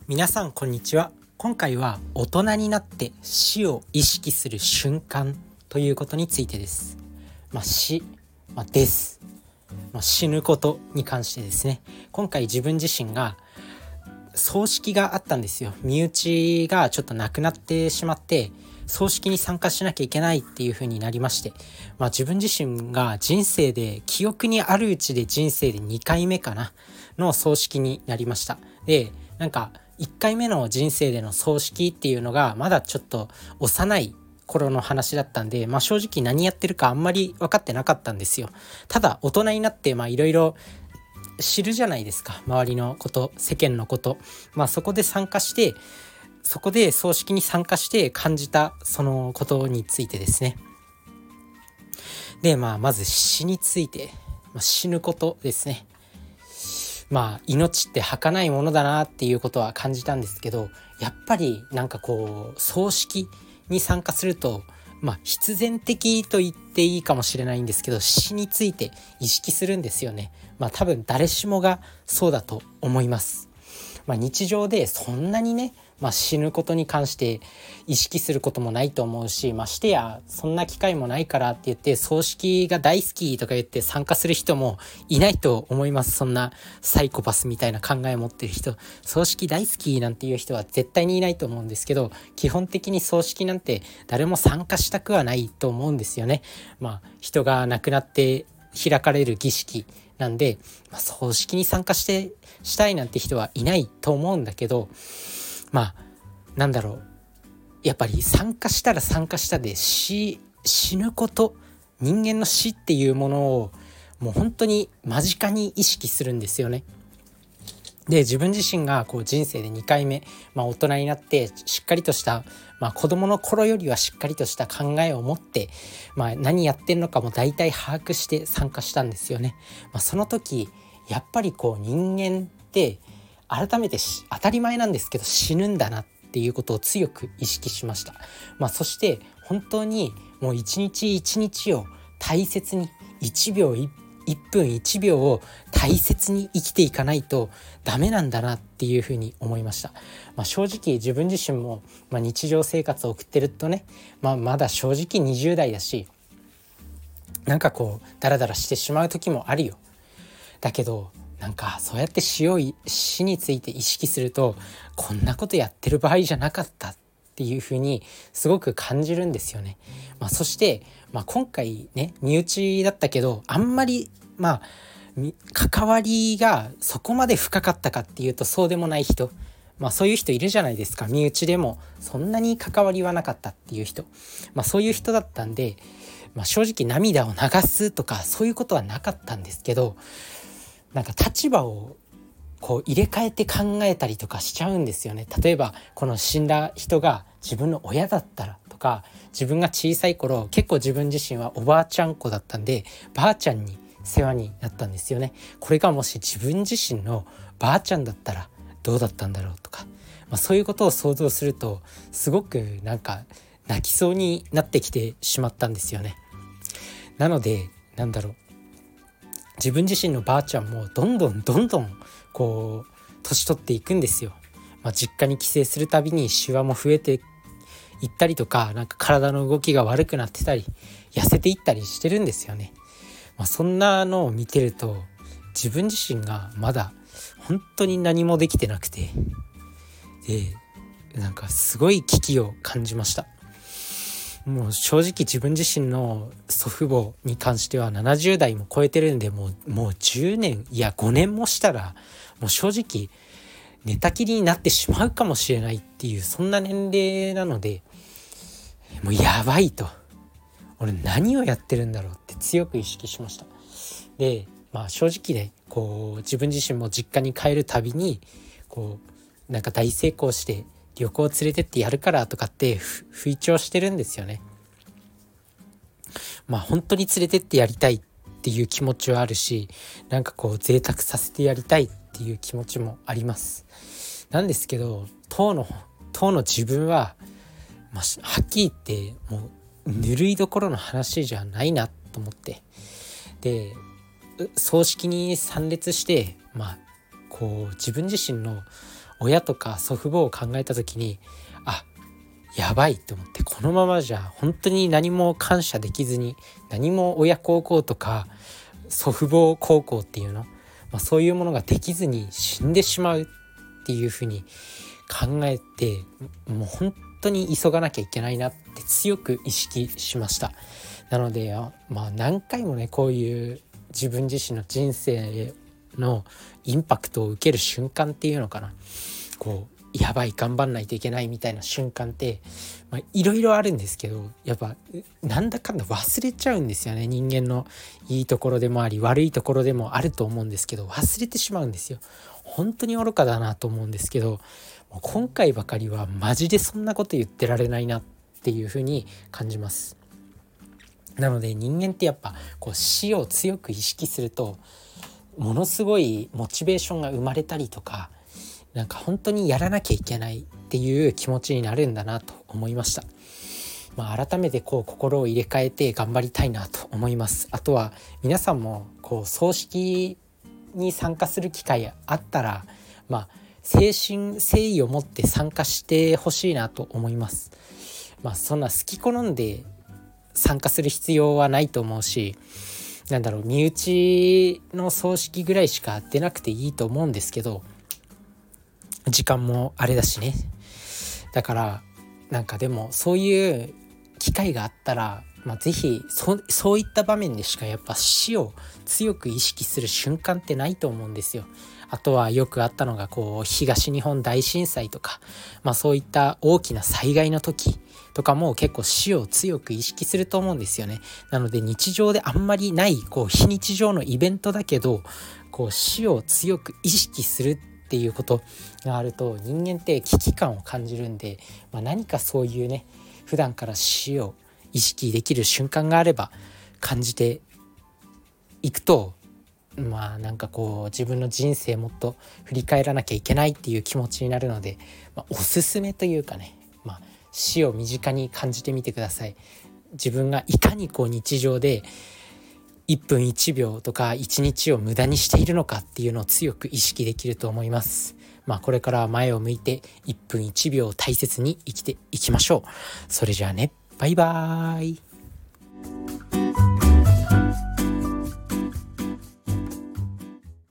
皆さんこんにちは。今回は大人になって死を意識する瞬間ということについてです。死、です、死ぬことに関してですね。今回自分自身が葬式があったんですよ。身内がちょっと亡くなってしまって葬式に参加しなきゃいけないっていう風になりまして、自分自身が人生で記憶にあるうちで人生で2回目かなの葬式になりました。で、1回目の人生での葬式っていうのがまだちょっと幼い頃の話だったんで、正直何やってるかあんまり分かってなかったんですよ。ただ大人になっていろいろ知るじゃないですか、周りのこと、世間のこと。そこで葬式に参加して感じたそのことについてですね。で、まず死について、死ぬことですね。命って儚いものだなっていうことは感じたんですけど、やっぱり葬式に参加すると必然的と言っていいかもしれないんですけど、死について意識するんですよね。多分誰しもがそうだと思います。日常でそんなにね、死ぬことに関して意識することもないと思うし、してやそんな機会もないからって言って葬式が大好きとか言って参加する人もいないと思います。そんなサイコパスみたいな考えを持ってる人、葬式大好きなんていう人は絶対にいないと思うんですけど、基本的に葬式なんて誰も参加したくはないと思うんですよね。人が亡くなって開かれる儀式なんで、葬式に参加したいなんて人はいないと思うんだけど、やっぱり参加したら参加したで死ぬこと、人間の死っていうものをもう本当に間近に意識するんですよね。で、自分自身が人生で2回目、大人になってしっかりとした、子供の頃よりはしっかりとした考えを持って、何やってんのかも大体把握して参加したんですよね。その時やっぱり人間って改めて当たり前なんですけど死ぬんだなっていうことを強く意識しました。そして本当にもう一日一日を大切に、1分1秒を大切に生きていかないとダメなんだなっていうふうに思いました。正直自分自身も、日常生活を送ってるとね、まだ正直20代だし、ダラダラしてしまう時もあるよ。だけどそうやって死について意識すると、こんなことやってる場合じゃなかったっていう風にすごく感じるんですよね。そして、今回ね、身内だったけどあんまり関わりがそこまで深かったかっていうとそうでもない人、そういう人いるじゃないですか。身内でもそんなに関わりはなかったっていう人、そういう人だったんで、正直涙を流すとかそういうことはなかったんですけど、立場を入れ替えて考えたりとかしちゃうんですよね。例えばこの死んだ人が自分の親だったらとか、自分が小さい頃結構自分自身はおばあちゃん子だったんで、ばあちゃんに世話になったんですよね。これがもし自分自身のばあちゃんだったらどうだったんだろうとか、そういうことを想像するとすごく泣きそうになってきてしまったんですよね。なので自分自身のばあちゃんもどんどん年取っていくんですよ。実家に帰省するたびにシワも増えていったりとか、体の動きが悪くなってたり痩せていったりしてるんですよね。そんなのを見てると自分自身がまだ本当に何もできてなくて、すごい危機を感じました。もう正直自分自身の祖父母に関しては70代も超えてるんで、もう10年いや5年もしたらもう正直寝たきりになってしまうかもしれないっていう、そんな年齢なので、もうやばいと、俺何をやってるんだろうって強く意識しました。で、正直ね、自分自身も実家に帰るたびに大成功して旅行連れてってやるからとかって吹聴してるんですよね。本当に連れてってやりたいっていう気持ちはあるし、贅沢させてやりたいっていう気持ちもあります。なんですけど当の自分は、はっきり言ってもうぬるいどころの話じゃないなと思って、で葬式に参列して、自分自身の親とか祖父母を考えた時に、やばいと思って、このままじゃ本当に何も感謝できずに、何も親孝行とか祖父母孝行っていうの、そういうものができずに死んでしまうっていうふうに考えて、もう本当に急がなきゃいけないなって強く意識しました。なので何回もね、こういう自分自身の人生のインパクトを受ける瞬間っていうのかな、やばい、頑張んないといけないみたいな瞬間っていろいろあるんですけど、やっぱなんだかんだ忘れちゃうんですよね。人間のいいところでもあり悪いところでもあると思うんですけど、忘れてしまうんですよ。本当に愚かだなと思うんですけど、今回ばかりはマジでそんなこと言ってられないなっていうふうに感じます。なので人間ってやっぱ死を強く意識すると、ものすごいモチベーションが生まれたりとか、なんか本当にやらなきゃいけないっていう気持ちになるんだなと思いました。改めて心を入れ替えて頑張りたいなと思います。あとは皆さんも葬式に参加する機会あったら、誠意を持って参加してほしいなと思います。そんな好き好んで参加する必要はないと思うし、身内の葬式ぐらいしか出なくていいと思うんですけど、時間もあれだしね。だからでもそういう機会があったら、ぜひそういった場面でしかやっぱ死を強く意識する瞬間ってないと思うんですよ。あとはよくあったのが東日本大震災とか、そういった大きな災害の時とかも結構死を強く意識すると思うんですよね。なので日常であんまりない非日常のイベントだけど死を強く意識するっていうことがあると、人間って危機感を感じるんで、何かそういうね、普段から死を意識できる瞬間があれば感じていくと、自分の人生もっと振り返らなきゃいけないっていう気持ちになるので、おすすめというかね、死を身近に感じてみてください。自分がいかに日常で1分1秒とか1日を無駄にしているのかっていうのを強く意識できると思います。これから前を向いて1分1秒を大切に生きていきましょう。それじゃあね、バイバーイ。